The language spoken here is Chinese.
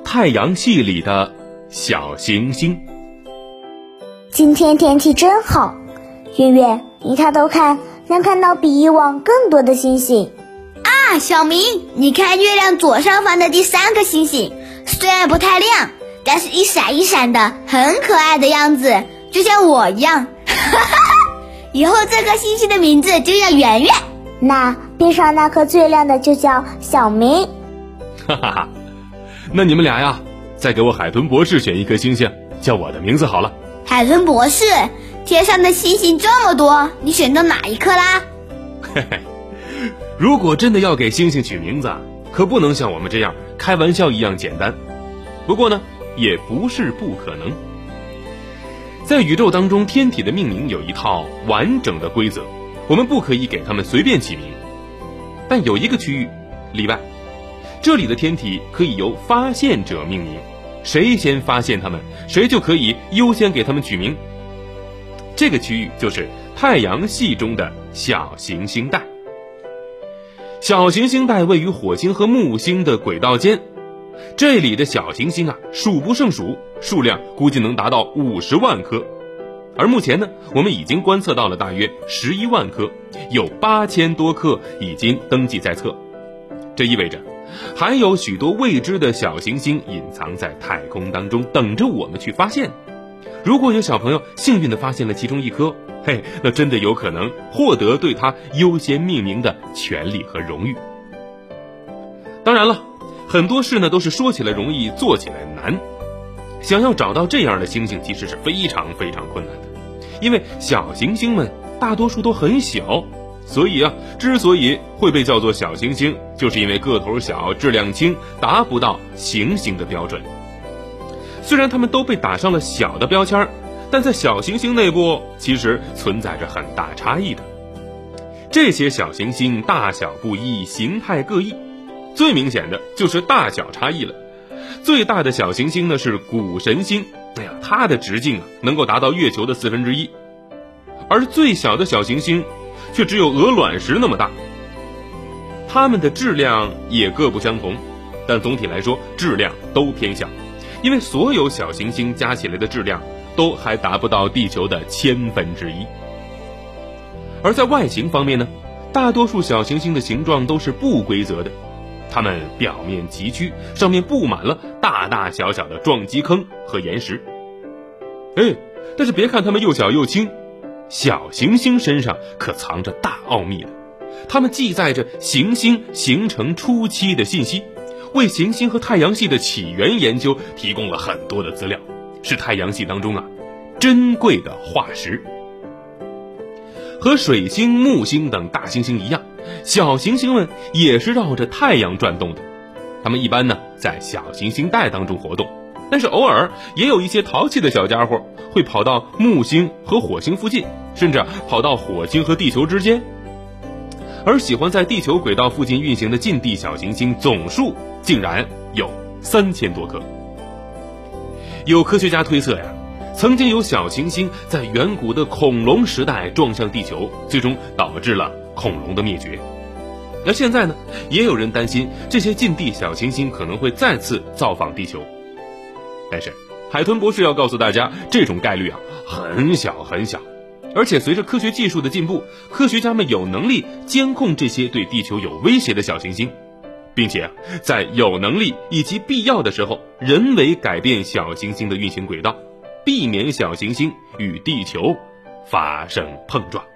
太阳系里的小行星。 今天天气真好，月月，你抬头看，能看到比以往更多的星星。 啊，小明，你看月亮左上方的第3颗星星，虽然不太亮，但是一闪一闪的，很可爱的样子，就像我一样。以后这颗星星的名字就叫圆圆， 那边上那颗最亮的就叫小明。 哈哈哈，那你们俩呀，再给我海豚博士选一颗星星，叫我的名字好了。 海豚博士，天上的星星这么多，你选到哪一颗啦？ 嘿嘿，如果真的要给星星取名字，可不能像我们这样开玩笑一样简单。不过呢，也不是不可能。在宇宙当中，天体的命名有一套完整的规则，我们不可以给它们随便起名。但有一个区域例外，这里的天体可以由发现者命名，谁先发现它们，谁就可以优先给它们取名。这个区域就是太阳系中的小行星带。小行星带位于火星和木星的轨道间，这里的小行星数不胜数，数量估计能达到50万颗。而目前呢，我们已经观测到了大约11万颗，有8000多颗已经登记在册。这意味着还有许多未知的小行星隐藏在太空当中，等着我们去发现。如果有小朋友幸运地发现了其中一颗，嘿，那真的有可能获得对它优先命名的权利和荣誉。当然了，很多事呢都是说起来容易做起来难，想要找到这样的星星其实是非常非常困难的，因为小行星们大多数都很小，所以之所以会被叫做小行星，就是因为个头小、质量轻，达不到行星的标准。虽然它们都被打上了小的标签，但在小行星内部其实存在着很大差异的。这些小行星大小不一，形态各异，最明显的就是大小差异了。最大的小行星呢是谷神星，它的直径能够达到月球的1/4，而最小的小行星却只有鹅卵石那么大。它们的质量也各不相同，但总体来说质量都偏小，因为所有小行星加起来的质量都还达不到地球的1/1000。而在外形方面呢，大多数小行星的形状都是不规则的，它们表面崎岖，上面布满了大大小小的撞击坑和岩石。但是别看它们又小又轻，小行星身上可藏着大奥秘的，它们记载着行星形成初期的信息，为行星和太阳系的起源研究提供了很多的资料，是太阳系当中珍贵的化石。和水星、木星等大行星一样，小行星们也是绕着太阳转动的。它们一般在小行星带当中活动，但是偶尔也有一些淘气的小家伙会跑到木星和火星附近，甚至跑到火星和地球之间。而喜欢在地球轨道附近运行的近地小行星总数竟然有3000多颗。有科学家推测曾经有小行星在远古的恐龙时代撞向地球，最终导致了恐龙的灭绝。而现在呢，也有人担心这些近地小行星可能会再次造访地球。但是海豚博士要告诉大家，这种概率很小很小，而且随着科学技术的进步，科学家们有能力监控这些对地球有威胁的小行星，并且在有能力以及必要的时候，人为改变小行星的运行轨道，避免小行星与地球发生碰撞。